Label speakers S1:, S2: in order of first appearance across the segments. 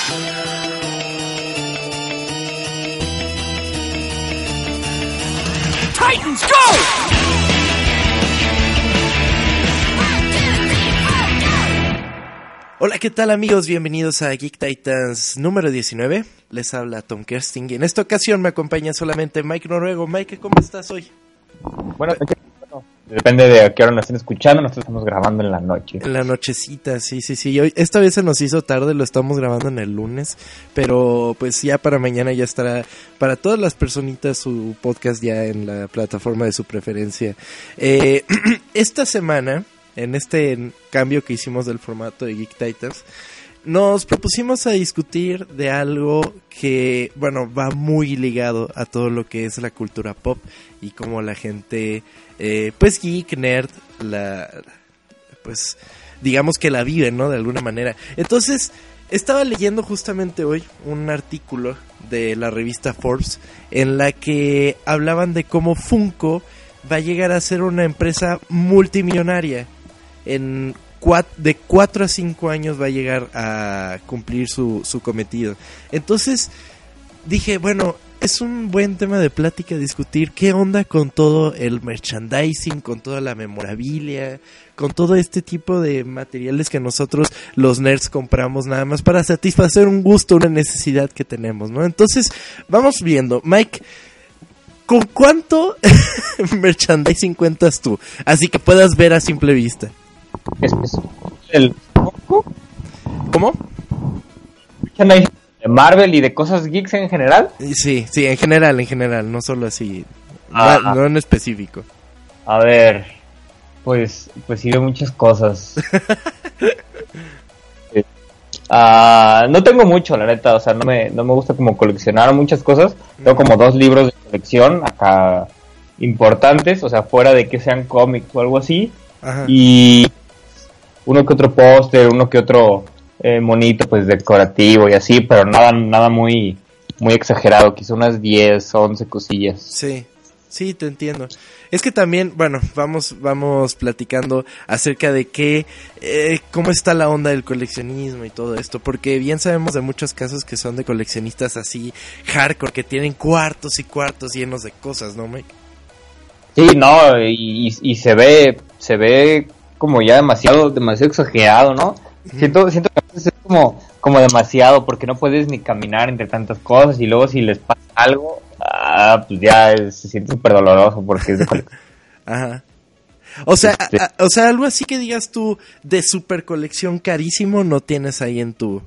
S1: Titans, go!
S2: Hola, ¿qué tal amigos? Bienvenidos a Geek Titans número 19. Les habla Tom Kersting y en esta ocasión me acompaña solamente Mike Noruego. Mike, ¿cómo estás hoy?
S3: Bueno, depende de a qué hora nos estén escuchando. Nosotros estamos grabando en la noche.
S2: En la nochecita, sí. Hoy, esta vez se nos hizo tarde, lo estamos grabando en el lunes, pero pues ya para mañana ya estará para todas las personitas su podcast ya en la plataforma de su preferencia. Esta semana, en este cambio que hicimos del formato de Geek Titans, nos propusimos a discutir de algo que, bueno, va muy ligado a todo lo que es la cultura pop y cómo la gente, pues geek, nerd, pues digamos que la vive, ¿no? De alguna manera. Entonces, estaba leyendo justamente hoy un artículo de la revista Forbes en la que hablaban de cómo Funko va a llegar a ser una empresa multimillonaria. De 4 a 5 años va a llegar a cumplir su cometido. Entonces dije, bueno, es un buen tema de plática discutir qué onda con todo el merchandising, con toda la memorabilia, con todo este tipo de materiales que nosotros los nerds compramos nada más para satisfacer un gusto, una necesidad que tenemos, ¿no? Entonces vamos viendo, Mike, ¿con cuánto merchandising cuentas tú? Así que puedas ver a simple vista.
S3: El
S2: ¿Cómo?
S3: de Marvel y de cosas geeks en general.
S2: Sí, en general, no solo así, no en específico.
S3: A ver, pues sí veo muchas cosas. No tengo mucho, la neta, o sea, no me gusta como coleccionar muchas cosas. Tengo como 2 libros de colección acá importantes, o sea, fuera de que sean cómics o algo así. Ajá. Y uno que otro póster, uno que otro monito pues decorativo y así, pero nada muy exagerado, quizá unas 10, 11 cosillas.
S2: Sí, te entiendo. Es que también, bueno, vamos platicando acerca de cómo está la onda del coleccionismo y todo esto, porque bien sabemos de muchos casos que son de coleccionistas así hardcore, que tienen cuartos y cuartos llenos de cosas, ¿no, Mike?
S3: Sí, no, y se ve como ya demasiado exagerado, ¿no? Siento que a veces es como demasiado, porque no puedes ni caminar entre tantas cosas y luego si les pasa algo, pues ya se siente súper doloroso porque es de colección.
S2: Ajá. O sea, algo así que digas tú de super colección carísimo no tienes ahí en tu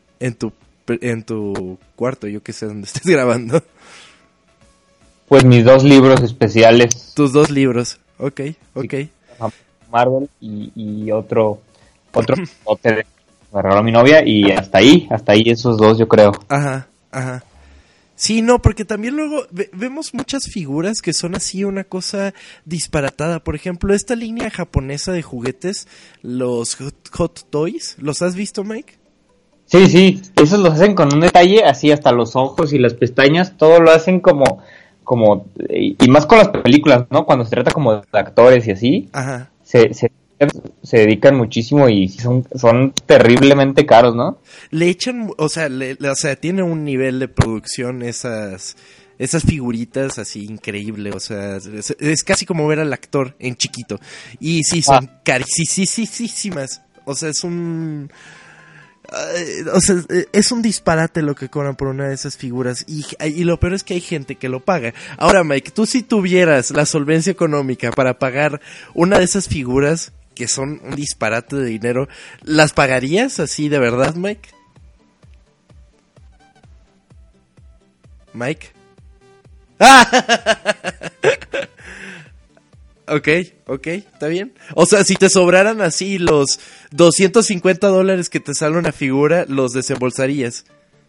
S2: cuarto, yo que sé dónde estés grabando.
S3: Pues mis 2 libros especiales.
S2: Tus 2 libros, ok.
S3: Marvel y otro bote de me regaló mi novia y hasta ahí esos 2 yo creo.
S2: Ajá. Sí, no, porque también luego vemos muchas figuras que son así una cosa disparatada. Por ejemplo, esta línea japonesa de juguetes, los Hot Toys, ¿los has visto, Mike?
S3: Sí, esos los hacen con un detalle así, hasta los ojos y las pestañas, todo lo hacen como y más con las películas, ¿no? Cuando se trata como de actores y así. Ajá. Se dedican muchísimo y son terriblemente caros, ¿no?
S2: Le echan, o sea, tiene un nivel de producción esas figuritas así increíble, o sea, es casi como ver al actor en chiquito. Y sí, son carísimas. O sea, es un disparate lo que cobran por una de esas figuras y lo peor es que hay gente que lo paga. Ahora, Mike, tú si tuvieras la solvencia económica para pagar una de esas figuras que son un disparate de dinero, ¿las pagarías así de verdad, Mike? ¿Mike? Ok, está bien. O sea, si te sobraran así los $250 que te sale una figura, ¿los desembolsarías?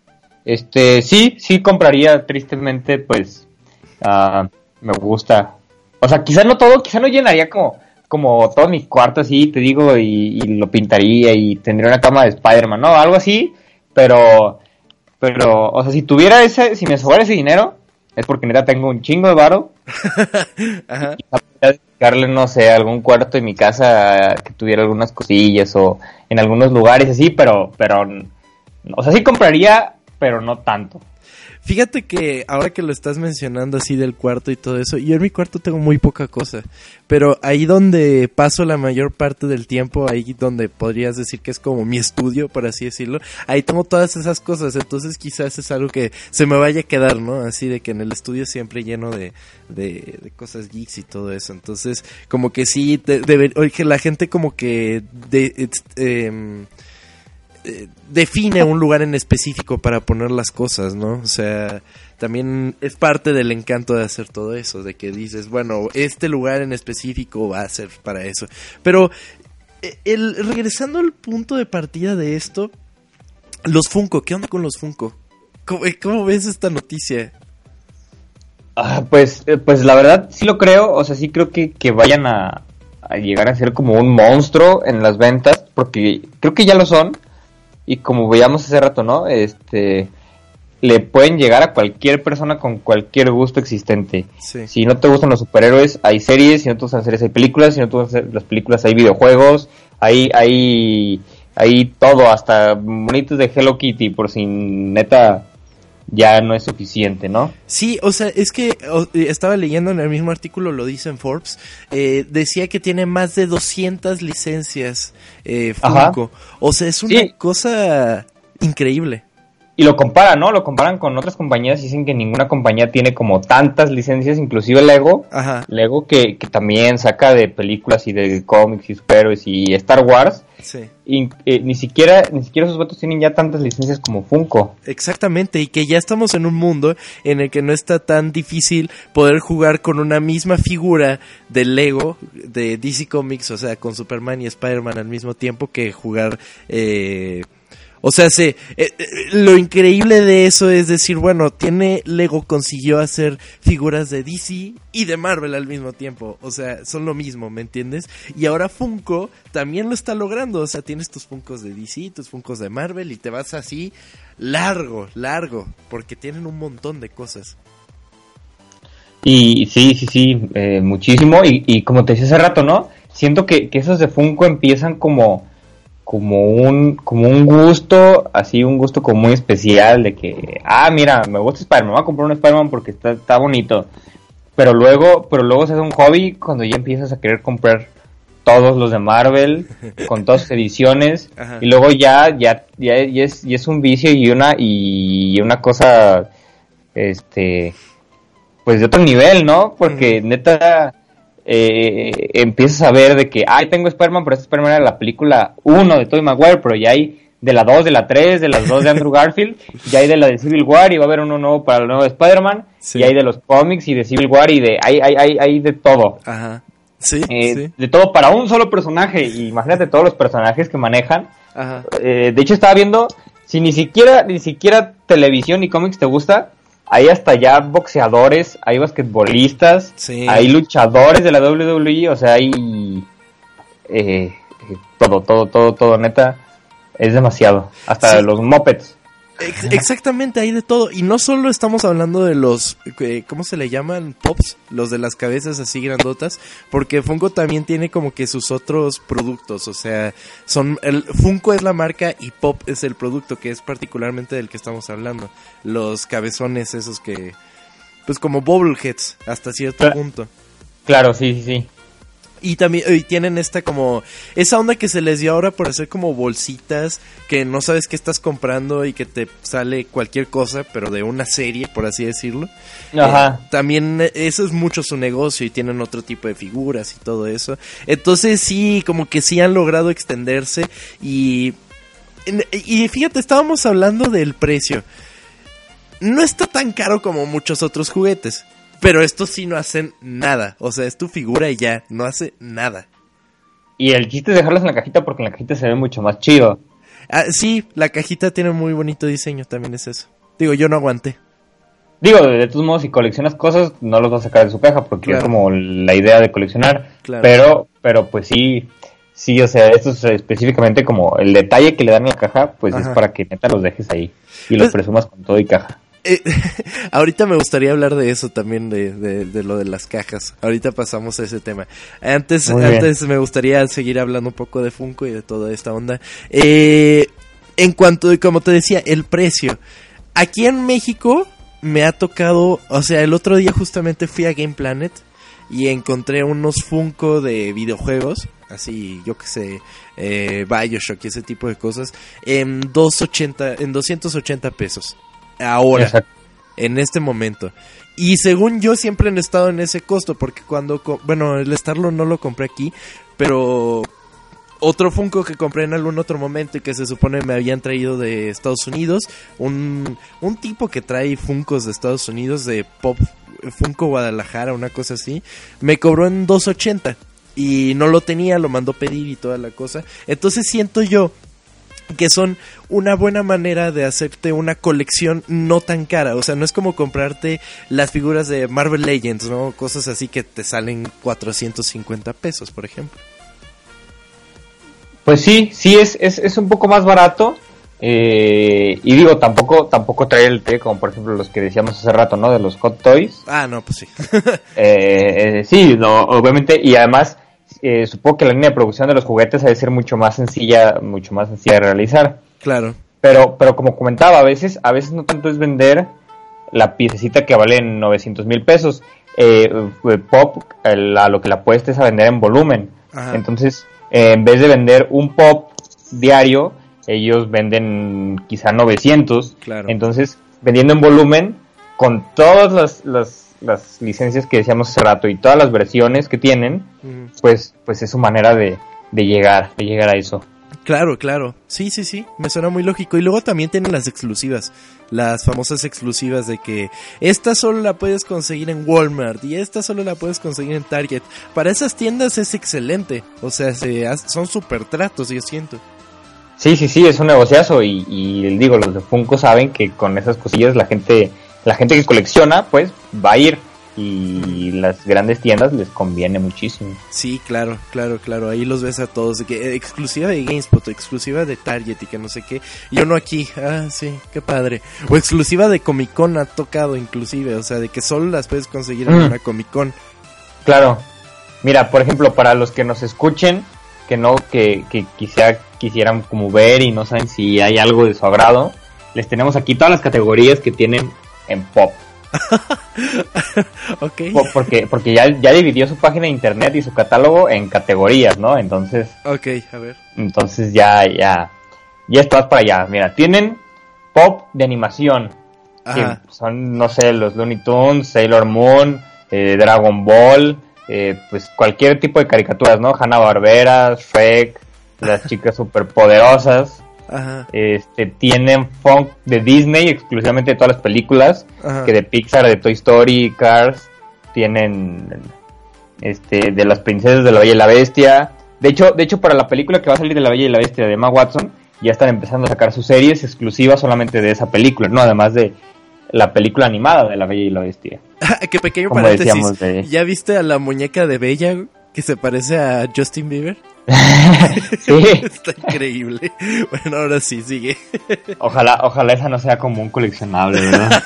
S3: Sí compraría, tristemente, pues, me gusta. O sea, quizá no todo, quizá no llenaría como todo mi cuarto así, te digo, y lo pintaría y tendría una cama de Spider-Man, ¿no? Algo así, pero, o sea, si me sobrara ese dinero, es porque neta tengo un chingo de varo. Ajá. Y dedicarle, no sé, algún cuarto en mi casa que tuviera algunas cosillas o en algunos lugares así, pero O sea, sí compraría, pero no tanto.
S2: Fíjate que ahora que lo estás mencionando así del cuarto y todo eso, yo en mi cuarto tengo muy poca cosa, pero ahí donde paso la mayor parte del tiempo, ahí donde podrías decir que es como mi estudio, por así decirlo, ahí tengo todas esas cosas, entonces quizás es algo que se me vaya a quedar, ¿no? Así de que en el estudio siempre lleno de cosas geeks y todo eso, entonces como que sí, oye, la gente como que define un lugar en específico para poner las cosas, ¿no? O sea, también es parte del encanto de hacer todo eso, de que dices, bueno, este lugar en específico va a ser para eso. Pero, regresando al punto de partida de esto, los Funko, ¿qué onda con los Funko? ¿Cómo ves esta noticia?
S3: Pues la verdad sí lo creo, o sea, sí creo que vayan a llegar a ser como un monstruo en las ventas, porque creo que ya lo son. Y como veíamos hace rato, ¿no? Le pueden llegar a cualquier persona con cualquier gusto existente.
S2: Sí.
S3: Si no te gustan los superhéroes, hay series. Si no te gustan series, hay películas. Si no te gustan las películas, hay videojuegos. Hay todo, hasta monitos de Hello Kitty, por si neta ya no es suficiente, ¿no?
S2: Sí, o sea, es que estaba leyendo en el mismo artículo, lo dice en Forbes, decía que tiene más de 200 licencias Funko. O sea, es una cosa increíble.
S3: Y lo comparan, ¿no? Lo comparan con otras compañías y dicen que ninguna compañía tiene como tantas licencias, inclusive Lego.
S2: Ajá.
S3: Lego que también saca de películas y de cómics y superhéroes y Star Wars.
S2: Sí.
S3: Y ni siquiera sus vatos tienen ya tantas licencias como Funko.
S2: Exactamente, y que ya estamos en un mundo en el que no está tan difícil poder jugar con una misma figura de Lego, de DC Comics, o sea, con Superman y Spider-Man al mismo tiempo que jugar... O sea, lo increíble de eso es decir, bueno, Lego consiguió hacer figuras de DC y de Marvel al mismo tiempo. O sea, son lo mismo, ¿me entiendes? Y ahora Funko también lo está logrando. O sea, tienes tus Funkos de DC, tus Funkos de Marvel y te vas así largo, porque tienen un montón de cosas.
S3: Y sí, muchísimo. Y como te decía hace rato, ¿no? Siento que esos de Funko empiezan como un gusto, así un gusto como muy especial de que, mira, me gusta Spider-Man, voy a comprar un Spider-Man porque está bonito. Pero luego se hace un hobby cuando ya empiezas a querer comprar todos los de Marvel con todas sus ediciones. Ajá. Y luego ya es un vicio y una cosa pues de otro nivel, ¿no? Porque neta empiezas a ver de que tengo Spider-Man, pero este Spider-Man era la película 1 de Tobey Maguire, pero ya hay de la 2, de la 3, de las 2 de Andrew Garfield, ya hay de la de Civil War y va a haber uno nuevo para el nuevo de Spider-Man, sí. Y hay de los cómics y de Civil War y hay de todo.
S2: Ajá. Sí, sí.
S3: De todo para un solo personaje. Y imagínate todos los personajes que manejan.
S2: Ajá.
S3: De hecho estaba viendo, si ni siquiera televisión ni cómics te gusta, hay hasta ya boxeadores, hay basquetbolistas, sí. Hay luchadores de la WWE, o sea, hay todo, neta, es demasiado, hasta sí. Los mopeds.
S2: Exactamente, hay de todo, y no solo estamos hablando de los, ¿cómo se le llaman? Pops, los de las cabezas así grandotas, porque Funko también tiene como que sus otros productos, o sea, Funko es la marca y Pop es el producto, que es particularmente del que estamos hablando, los cabezones esos que, pues como bobbleheads, hasta cierto punto.
S3: Claro, sí.
S2: Y también tienen esa onda que se les dio ahora por hacer como bolsitas que no sabes qué estás comprando y que te sale cualquier cosa, pero de una serie, por así decirlo.
S3: Ajá.
S2: También eso es mucho su negocio y tienen otro tipo de figuras y todo eso. Entonces sí, como que sí han logrado extenderse y fíjate, estábamos hablando del precio. No está tan caro como muchos otros juguetes. Pero estos sí no hacen nada. O sea, es tu figura y ya, no hace nada.
S3: Y el chiste es dejarlos en la cajita porque en la cajita se ve mucho más chido.
S2: Sí, la cajita tiene muy bonito diseño, también es eso. Digo, yo no aguanté.
S3: Digo, de todos modos, si coleccionas cosas, no los vas a sacar de su caja porque claro. Es como la idea de coleccionar. Claro. Pero pues sí, o sea, esto es específicamente como el detalle que le dan a la caja, pues ajá. Es para que neta los dejes ahí y los presumas con todo y caja.
S2: Ahorita me gustaría hablar de eso también, de lo de las cajas. Ahorita pasamos a ese tema. Antes me gustaría seguir hablando un poco de Funko y de toda esta onda. En cuanto, como te decía, el precio. Aquí en México me ha tocado, o sea, el otro día justamente fui a Game Planet y encontré unos Funko de videojuegos, así, yo que sé, BioShock y ese tipo de cosas, en 280 pesos. Ahora, exacto, en este momento. Y según yo siempre han estado en ese costo, porque bueno, el Starlord no lo compré aquí, pero otro Funko que compré en algún otro momento y que se supone me habían traído de Estados Unidos, un tipo que trae Funkos de Estados Unidos, de Pop Funko Guadalajara, una cosa así, me cobró en 280 y no lo tenía, lo mandó pedir y toda la cosa. Entonces siento yo que son una buena manera de hacerte una colección no tan cara. O sea, no es como comprarte las figuras de Marvel Legends, ¿no? Cosas así que te salen 450 pesos, por ejemplo.
S3: Pues sí, es un poco más barato. Y digo, tampoco trae el té, como por ejemplo los que decíamos hace rato, ¿no? De los Hot Toys.
S2: Ah, no, pues sí.
S3: Sí, no, obviamente, y además supongo que la línea de producción de los juguetes ha de ser mucho más sencilla de realizar.
S2: Claro.
S3: Pero como comentaba, a veces no tanto es vender la piececita que vale 900,000 pesos. Pop, a lo que la apuesta es a vender en volumen. Ajá. Entonces, en vez de vender un Pop diario, ellos venden quizá 900.
S2: Claro.
S3: Entonces, vendiendo en volumen, con todas las licencias que decíamos hace rato y todas las versiones que tienen, pues es su manera de llegar a eso.
S2: Claro, sí, me suena muy lógico. Y luego también tienen las exclusivas, las famosas exclusivas de que esta solo la puedes conseguir en Walmart y esta solo la puedes conseguir en Target. Para esas tiendas es excelente, o sea, son super tratos, yo siento.
S3: Sí, es un negociazo y digo, los de Funko saben que con esas cosillas la gente que colecciona, pues va a ir. Y las grandes tiendas les conviene muchísimo.
S2: Sí, claro, ahí los ves a todos, de que exclusiva de GameSpot, exclusiva de Target y que no sé qué, y uno aquí, sí, qué padre, o exclusiva de Comic Con ha tocado inclusive, o sea, de que solo las puedes conseguir en una Comic Con.
S3: Claro, mira, por ejemplo, para los que nos escuchen, que quisieran como ver y no saben si hay algo de su agrado, les tenemos aquí todas las categorías que tienen en Pop.
S2: Okay.
S3: Porque ya dividió su página de internet y su catálogo en categorías, ¿no? Entonces,
S2: okay, a ver.
S3: Entonces ya estás para allá. Mira, tienen Pop de animación.
S2: Ajá.
S3: Que son, no sé, los Looney Tunes, Sailor Moon, Dragon Ball, pues cualquier tipo de caricaturas, ¿no? Hanna-Barbera, Shrek, las chicas superpoderosas.
S2: Ajá.
S3: Tienen Funk de Disney, exclusivamente de todas las películas. Ajá. Que de Pixar, de Toy Story, Cars. Tienen de las princesas de la Bella y la Bestia. De hecho para la película que va a salir de la Bella y la Bestia de Emma Watson, ya están empezando a sacar sus series exclusivas solamente de esa película, no, además de la película animada de la Bella y la Bestia.
S2: Qué pequeño paréntesis. ¿Ya viste a la muñeca de Bella que se parece a Justin Bieber?
S3: Sí.
S2: Está increíble. Bueno, ahora sí, sigue.
S3: Ojalá esa no sea como un coleccionable, ¿verdad?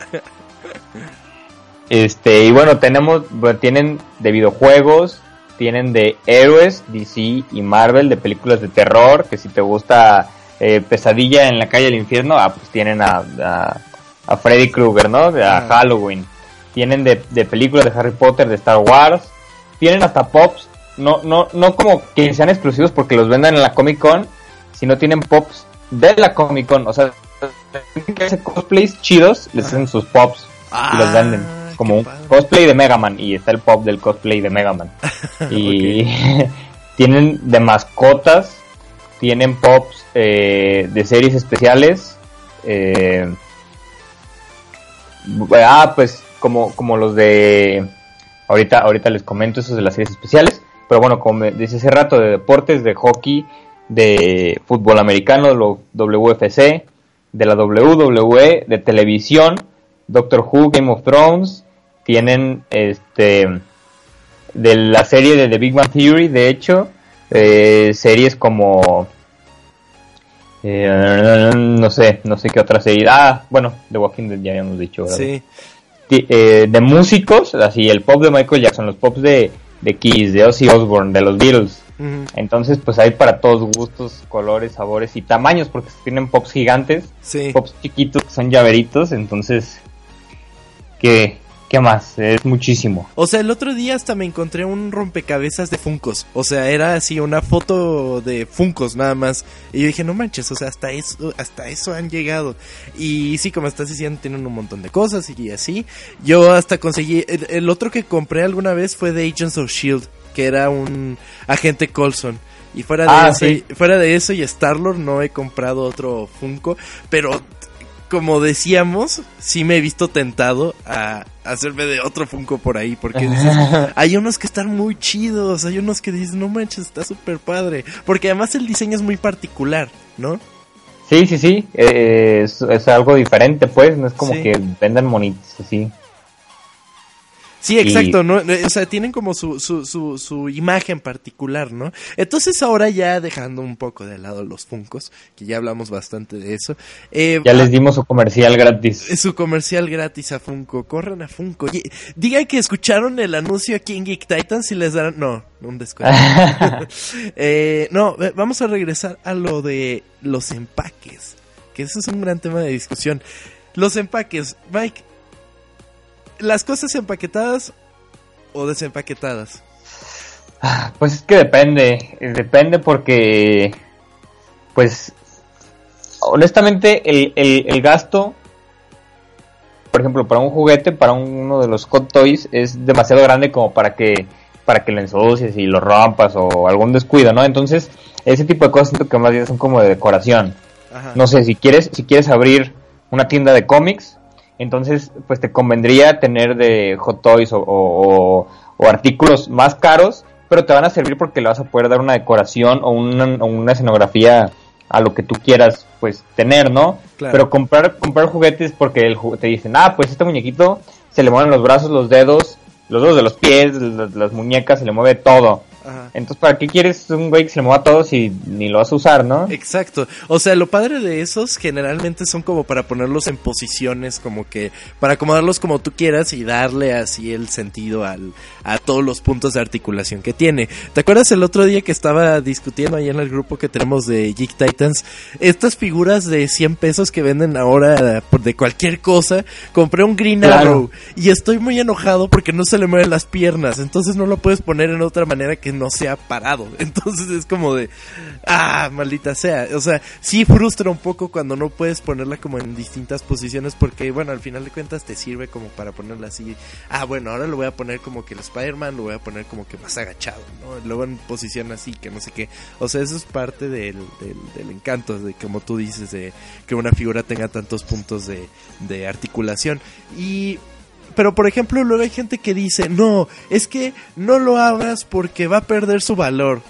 S3: Y bueno, tienen de videojuegos, tienen de héroes, DC y Marvel, de películas de terror, que si te gusta Pesadilla en la calle del infierno, pues tienen a Freddy Krueger, ¿no? A Halloween. Tienen de películas de Harry Potter, de Star Wars. Tienen hasta Pops. No como que sean exclusivos porque los vendan en la Comic Con, sino tienen Pops de la Comic Con. O sea, que hacen cosplays chidos, les hacen sus Pops y los venden. Como un cosplay de Mega Man y está el Pop del cosplay de Mega Man. Y tienen de mascotas, tienen Pops de series especiales. Pues como los de... Ahorita les comento esos de las series especiales. Pero bueno, como decía hace rato, de deportes, de hockey, de fútbol americano, WFC, de la WWE, de televisión, Doctor Who, Game of Thrones, tienen de la serie de The Big Bang Theory, de hecho, series como no sé qué otra serie. Bueno, The Walking Dead ya habíamos dicho, ¿verdad?
S2: Sí.
S3: De músicos, así el pop de Michael Jackson, los pops de Kiss, de Ozzy Osbourne, de los Beatles,
S2: Ujú.
S3: Entonces, pues hay para todos gustos, colores, sabores y tamaños, porque tienen pops gigantes,
S2: Sí.
S3: pops chiquitos que son llaveritos, entonces, ¿qué más? Es muchísimo.
S2: O sea, el otro día hasta me encontré un rompecabezas de Funkos. O sea, era así una foto de Funkos nada más. Y yo dije, no manches, o sea, hasta eso han llegado. Y sí, como estás diciendo, tienen un montón de cosas y así. Yo hasta conseguí, el otro que compré alguna vez fue de Agents of S.H.I.E.L.D., que era un agente Coulson. Y fuera de eso y Star-Lord no he comprado otro Funko, pero como decíamos, sí me he visto tentado a hacerme de otro Funko por ahí, porque dices, hay unos que están muy chidos, hay unos que dices, no manches, está súper padre, porque además el diseño es muy particular, ¿no?
S3: Sí, es algo diferente, pues, no es como
S2: Sí.
S3: que vendan monitos así.
S2: Sí, exacto, ¿no? O sea, tienen como su imagen particular, ¿no? Entonces ahora ya dejando un poco de lado los Funkos, que ya hablamos bastante de eso.
S3: Ya les dimos su comercial gratis.
S2: Su comercial gratis a Funko, corran a Funko. Digan que escucharon el anuncio aquí en Geek Titans y les darán... No, un descuento. Vamos a regresar a lo de los empaques, que ese es un gran tema de discusión. Los empaques, Mike, ¿las cosas empaquetadas o desempaquetadas?
S3: Pues es que depende porque, pues, honestamente el gasto, por ejemplo, para un juguete, para uno de los Hot Toys, es demasiado grande como para que lo ensucies y lo rompas o algún descuido, ¿no? Entonces, ese tipo de cosas siento que más bien son como de decoración.
S2: Ajá.
S3: No sé, si quieres abrir una tienda de cómics, entonces pues te convendría tener de Hot Toys o artículos más caros, pero te van a servir porque le vas a poder dar una decoración o una escenografía a lo que tú quieras pues tener, ¿no?
S2: Claro.
S3: Pero comprar juguetes porque te dicen, pues este muñequito se le mueven los brazos, los dedos de los pies, las muñecas, se le mueve todo.
S2: Ajá.
S3: Entonces, ¿para qué quieres un güey que se le mueva todo si ni lo vas a usar, no?
S2: Exacto, o sea, lo padre de esos generalmente son como para ponerlos en posiciones, como que para acomodarlos como tú quieras y darle así el sentido a todos los puntos de articulación que tiene. ¿Te acuerdas el otro día que estaba discutiendo ahí en el grupo que tenemos de Geek Titans? Estas figuras de 100 pesos que venden ahora de cualquier cosa, compré un Green Arrow y estoy muy enojado porque no se le mueven las piernas, entonces no lo puedes poner en otra manera que no sea parado. Entonces es como de, maldita sea. O sea, sí frustra un poco cuando no puedes ponerla como en distintas posiciones porque, bueno, al final de cuentas te sirve como para ponerla así. Bueno, ahora lo voy a poner como que el Spider-Man, lo voy a poner como que más agachado, ¿no? Luego en posición así, que no sé qué. O sea, eso es parte del encanto, de como tú dices, de que una figura tenga tantos puntos de articulación. Pero por ejemplo luego hay gente que dice, no, es que no lo hagas porque va a perder su valor.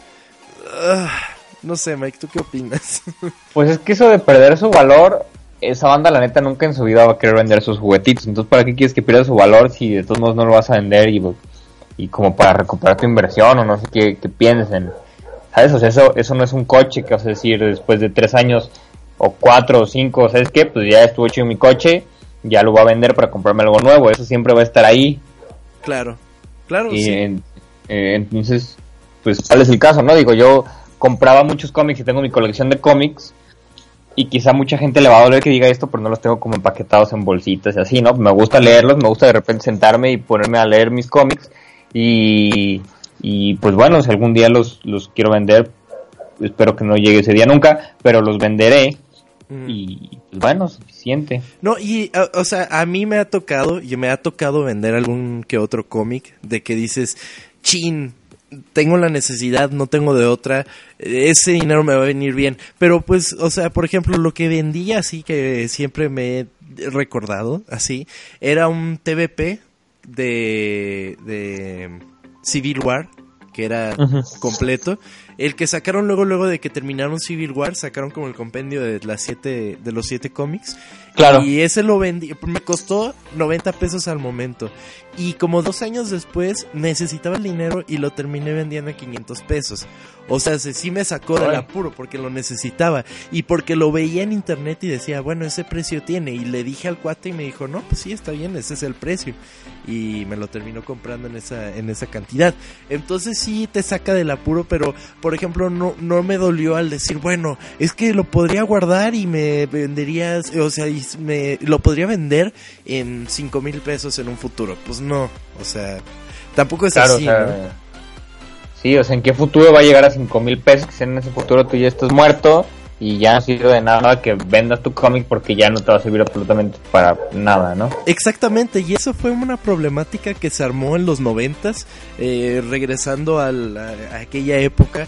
S2: No sé, Mike, ¿tú qué opinas?
S3: Pues es que eso de perder su valor, esa banda la neta nunca en su vida va a querer vender sus juguetitos. Entonces, ¿para qué quieres que pierda su valor si de todos modos no lo vas a vender y como para recuperar tu inversión o no sé qué piensen? ¿Sabes? O sea, eso no es un coche que vas a decir después de 3 años o 4 o 5, ¿sabes qué? Pues ya estuvo hecho mi coche, ya lo voy a vender para comprarme algo nuevo. Eso siempre va a estar ahí.
S2: Claro,
S3: Y
S2: sí.
S3: entonces, pues, ¿cuál es el caso, no? Digo, yo compraba muchos cómics y tengo mi colección de cómics y quizá mucha gente le va a doler que diga esto, pero no los tengo como empaquetados en bolsitas y así, ¿no? Me gusta leerlos, me gusta de repente sentarme y ponerme a leer mis cómics y pues bueno, si algún día los quiero vender, espero que no llegue ese día nunca, pero los venderé. Y pues bueno, suficiente.
S2: No, o sea, a mí me ha tocado vender algún que otro cómic de que dices, chin, tengo la necesidad, no tengo de otra, ese dinero me va a venir bien. Pero pues, o sea, por ejemplo, lo que vendía así que siempre me he recordado, así, era un TVP de Civil War, que era completo. El que sacaron luego de que terminaron Civil War, sacaron como el compendio de los 7 cómics.
S3: Claro.
S2: Y ese lo vendí, me costó 90 pesos al momento. Y como 2 años después necesitaba el dinero y lo terminé vendiendo a 500 pesos. O sea, sí me sacó del apuro porque lo necesitaba. Y porque lo veía en internet y decía, bueno, ese precio tiene. Y le dije al cuate y me dijo, no, pues sí, está bien, ese es el precio. Y me lo terminó comprando en esa cantidad. Entonces sí te saca del apuro, pero por ejemplo no me dolió al decir, bueno, es que lo podría guardar y me venderías, o sea, lo podría vender en 5,000 pesos en un futuro. Pues no, o sea, tampoco es así,
S3: o sea,
S2: ¿no?
S3: Sí, o sea, ¿en qué futuro va a llegar a 5,000 pesos? Que en ese futuro tú ya estás muerto y ya no sirve de nada que vendas tu cómic porque ya no te va a servir absolutamente para nada, ¿no?
S2: Exactamente, y eso fue una problemática que se armó en los 90s, regresando a aquella época.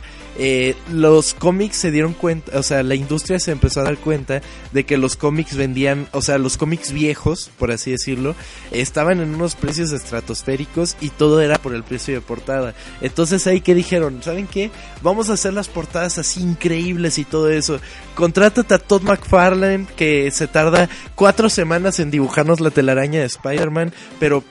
S2: Los cómics se dieron cuenta, o sea, la industria se empezó a dar cuenta de que los cómics vendían, o sea, los cómics viejos, por así decirlo, estaban en unos precios estratosféricos y todo era por el precio de portada. Entonces ahí que dijeron, ¿saben qué? Vamos a hacer las portadas así increíbles y todo eso. Contrátate a Todd McFarlane, que se tarda 4 semanas en dibujarnos la telaraña de Spider-Man, pero,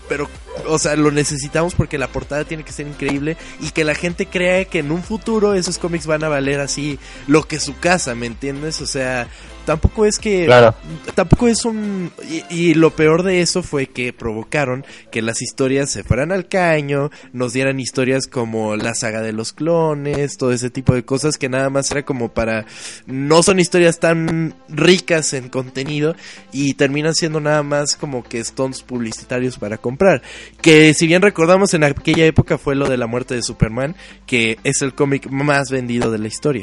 S2: o sea, lo necesitamos porque la portada tiene que ser increíble y que la gente crea que en un futuro esos cómics van a valer así lo que su casa, ¿me entiendes? O sea, tampoco es que...
S3: Claro.
S2: Tampoco es un... Y lo peor de eso fue que provocaron que las historias se fueran al caño, nos dieran historias como la saga de los clones, todo ese tipo de cosas que nada más era como para... No son historias tan ricas en contenido y terminan siendo nada más como que stunts publicitarios para comprar. Que si bien recordamos en aquella época fue lo de la muerte de Superman, que es el cómic más vendido de la historia.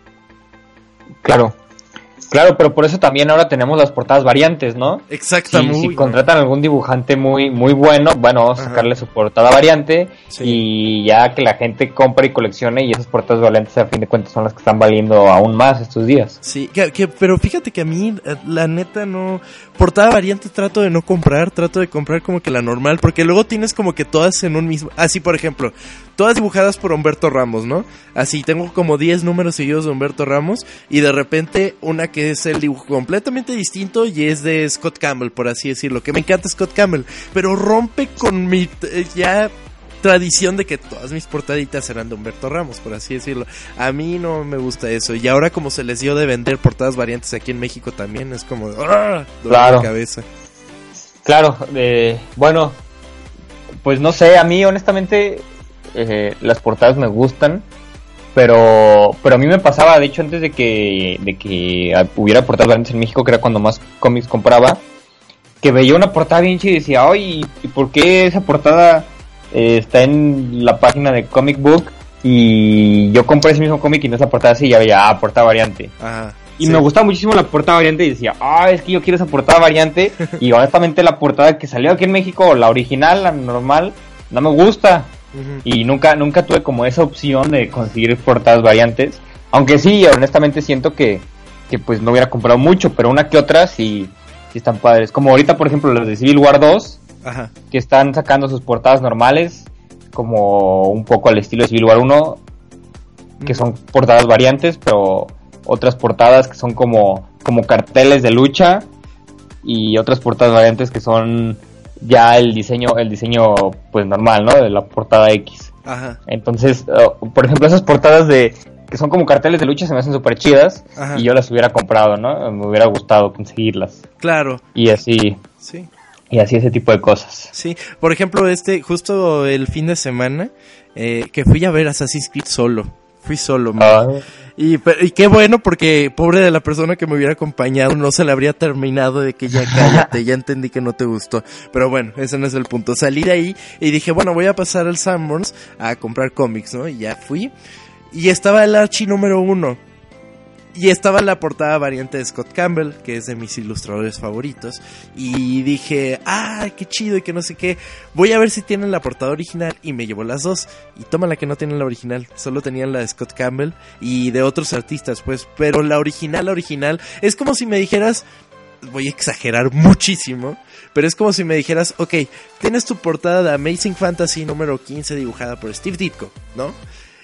S3: Claro, pero por eso también ahora tenemos las portadas variantes, ¿no?
S2: Exactamente.
S3: Si contratan a algún dibujante muy bueno, bueno, vamos a sacarle su portada variante, sí. Y ya que la gente compre y coleccione, y esas portadas variantes a fin de cuentas son las que están valiendo aún más estos días.
S2: Sí, pero fíjate que a mí, la neta, no... Portada variante trato de no comprar, trato de comprar como que la normal, porque luego tienes como que todas en un mismo... Así, por ejemplo, todas dibujadas por Humberto Ramos, ¿no? Así, tengo como 10 números seguidos de Humberto Ramos, y de repente una que es el dibujo completamente distinto y es de Scott Campbell, por así decirlo, que me encanta Scott Campbell, pero rompe con mi ya tradición de que todas mis portaditas eran de Humberto Ramos, por así decirlo. A mí no me gusta eso, y ahora como se les dio de vender portadas variantes aquí en México también, es como dolor de cabeza. Claro,
S3: bueno, pues no sé, a mí honestamente las portadas me gustan, pero a mí me pasaba, de hecho, antes de que hubiera portadas variantes en México, que era cuando más cómics compraba, que veía una portada bien chida y decía, oye, ¿y por qué esa portada está en la página de Comic Book? Y yo compré ese mismo cómic y no es la portada así, ya veía, portada variante.
S2: Ajá,
S3: y sí. Me gustaba muchísimo la portada variante y decía, es que yo quiero esa portada variante. Y honestamente la portada que salió aquí en México, la original, la normal, no me gusta. Uh-huh. Y nunca tuve como esa opción de conseguir portadas variantes. Aunque sí, honestamente siento que pues no hubiera comprado mucho, pero una que otra sí están padres. Como ahorita, por ejemplo, las de Civil War 2, ajá, que están sacando sus portadas normales, como un poco al estilo de Civil War 1, que son portadas variantes, pero otras portadas que son como carteles de lucha, y otras portadas variantes que son ya el diseño pues normal, ¿no? De la portada X. Ajá. Entonces, por ejemplo, esas portadas que son como carteles de lucha se me hacen súper chidas. Ajá. Y yo las hubiera comprado, ¿no? Me hubiera gustado conseguirlas.
S2: Claro.
S3: Y así.
S2: Sí.
S3: Y así ese tipo de cosas.
S2: Sí, por ejemplo, justo el fin de semana, que fui a ver Assassin's Creed solo. Fui solo, y qué bueno, porque pobre de la persona que me hubiera acompañado, no se le habría terminado de que ya cállate, ya entendí que no te gustó. Pero bueno, ese no es el punto. Salí de ahí y dije, bueno, voy a pasar al Sanborns a comprar cómics, ¿no? Y ya fui. Y estaba el Archie número 1. Y estaba la portada variante de Scott Campbell, que es de mis ilustradores favoritos. Y dije, qué chido y que no sé qué. Voy a ver si tienen la portada original. Y me llevó las dos. Y toma la que no tienen la original. Solo tenían la de Scott Campbell y de otros artistas, pues. Pero la original, es como si me dijeras... Voy a exagerar muchísimo, pero es como si me dijeras, ok, tienes tu portada de Amazing Fantasy número 15 dibujada por Steve Ditko, ¿no?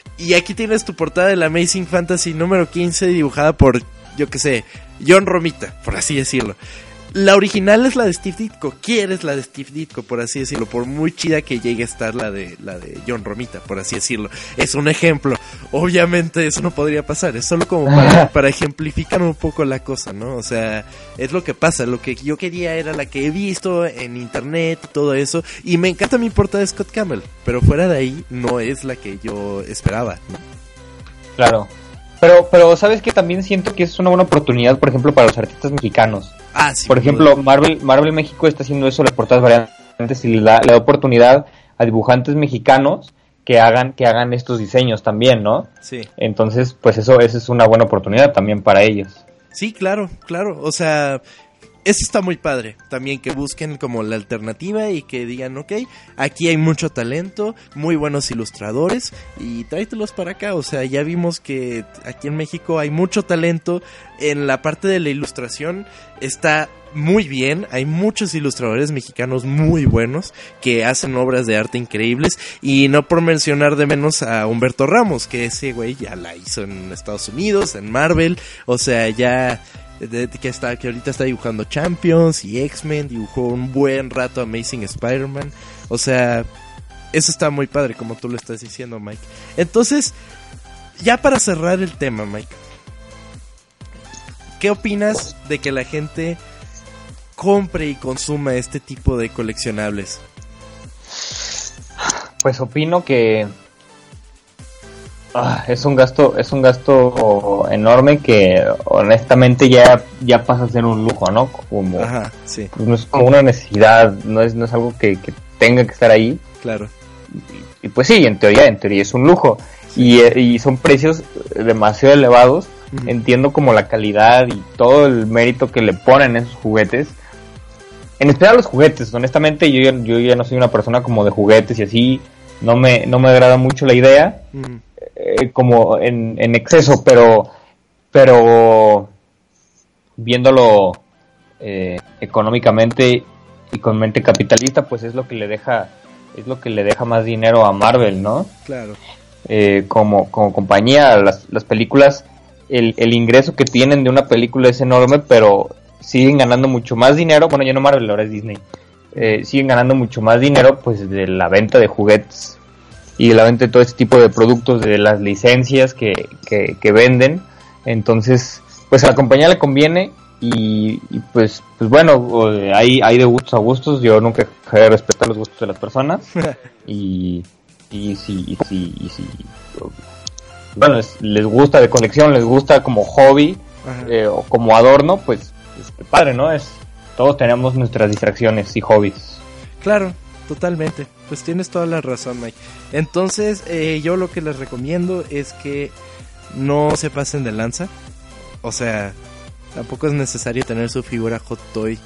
S2: Y aquí tienes tu portada del Amazing Fantasy número 15 dibujada por, yo qué sé, John Romita, por así decirlo. La original es la de Steve Ditko, quieres la de Steve Ditko, por así decirlo, por muy chida que llegue a estar la de John Romita, por así decirlo. Es un ejemplo, obviamente eso no podría pasar, es solo como para ejemplificar un poco la cosa, ¿no? O sea, es lo que pasa, lo que yo quería era la que he visto en internet y todo eso, y me encanta mi portada de Scott Campbell, pero fuera de ahí no es la que yo esperaba, ¿no?
S3: Claro. Pero ¿sabes qué? También siento que es una buena oportunidad, por ejemplo, para los artistas mexicanos.
S2: Ah, sí.
S3: Por ejemplo, Marvel México está haciendo eso, las portadas variantes, y le da oportunidad a dibujantes mexicanos que hagan estos diseños también, ¿no?
S2: Sí.
S3: Entonces, pues esa es una buena oportunidad también para ellos.
S2: Sí, claro, o sea, eso está muy padre, también que busquen como la alternativa y que digan, ok, aquí hay mucho talento, muy buenos ilustradores y tráetelos para acá, o sea, ya vimos que aquí en México hay mucho talento, en la parte de la ilustración está muy bien, hay muchos ilustradores mexicanos muy buenos que hacen obras de arte increíbles, y no por mencionar de menos a Humberto Ramos, que ese güey ya la hizo en Estados Unidos, en Marvel, o sea, ya... que ahorita está dibujando Champions y X-Men, dibujó un buen rato Amazing Spider-Man, o sea, eso está muy padre como tú lo estás diciendo, Mike. Entonces, ya para cerrar el tema, Mike, ¿qué opinas de que la gente compre y consuma este tipo de coleccionables?
S3: Pues opino que es un gasto enorme que honestamente ya pasa a ser un lujo, ¿no? Como,
S2: ajá, sí.
S3: Pues no es como una necesidad, no es algo que tenga que estar ahí.
S2: Claro.
S3: Y pues sí, en teoría es un lujo. Sí. Y son precios demasiado elevados. Uh-huh. Entiendo como la calidad y todo el mérito que le ponen a esos juguetes. En especial los juguetes, honestamente yo ya no soy una persona como de juguetes y así. No me agrada mucho la idea. Uh-huh. Como en exceso, pero viéndolo económicamente y con mente capitalista, pues es lo que le deja más dinero a Marvel, ¿no?
S2: Claro.
S3: Como compañía, las películas, el ingreso que tienen de una película es enorme, pero siguen ganando mucho más dinero. Bueno, ya no Marvel, ahora es Disney. Siguen ganando mucho más dinero, pues, de la venta de juguetes y de la venta de todo este tipo de productos, de las licencias que venden. Entonces, pues a la compañía le conviene y pues bueno, hay de gustos a gustos. Yo nunca dejaré de respetar los gustos de las personas y si bueno, les gusta de colección, les gusta como hobby o como adorno, pues padre, ¿no? Todos tenemos nuestras distracciones y hobbies.
S2: Claro, totalmente. Pues tienes toda la razón, Mike. Entonces, yo lo que les recomiendo es que no se pasen de lanza. O sea, tampoco es necesario tener su figura Hot Toy.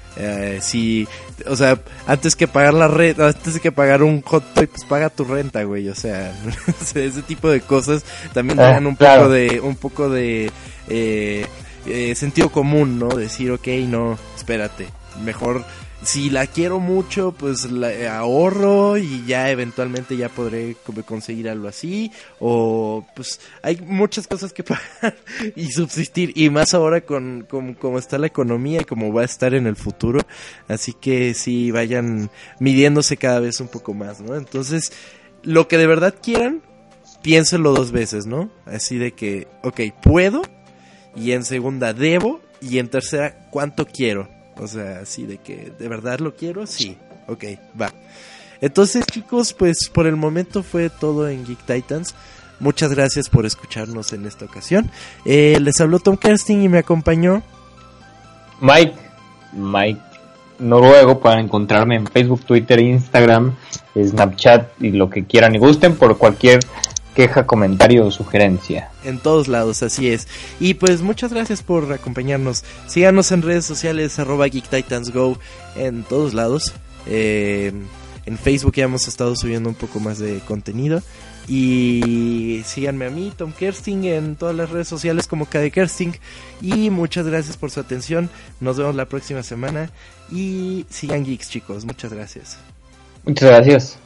S2: O sea, antes que pagar antes que pagar un Hot Toy, pues paga tu renta, güey. O sea, ese tipo de cosas también dan un poco de sentido común, ¿no? Decir, ok, no, espérate, mejor si la quiero mucho, pues la ahorro y ya eventualmente ya podré conseguir algo así, o pues hay muchas cosas que pagar y subsistir, y más ahora con cómo está la economía y cómo va a estar en el futuro, así que sí, vayan midiéndose cada vez un poco más, ¿no? Entonces, lo que de verdad quieran, piénsenlo dos veces, ¿no? Así de que, ok, puedo, y en segunda debo, y en tercera, ¿cuánto quiero? O sea, así de que de verdad lo quiero, sí, ok, va. Entonces, chicos, pues por el momento fue todo en Geek Titans. Muchas gracias por escucharnos en esta ocasión. Les habló Tom Kersting y me acompañó
S3: Mike Noruego. Pueden encontrarme en Facebook, Twitter, Instagram, Snapchat y lo que quieran y gusten por cualquier queja, comentario o sugerencia.
S2: En todos lados, así es. Y pues muchas gracias por acompañarnos. Síganos en redes sociales, @GeekTitansGo, en todos lados. En Facebook ya hemos estado subiendo un poco más de contenido. Y síganme a mí, Tom Kersting, en todas las redes sociales como KD Kersting. Y muchas gracias por su atención. Nos vemos la próxima semana. Y sigan geeks, chicos. Muchas gracias.
S3: Muchas gracias.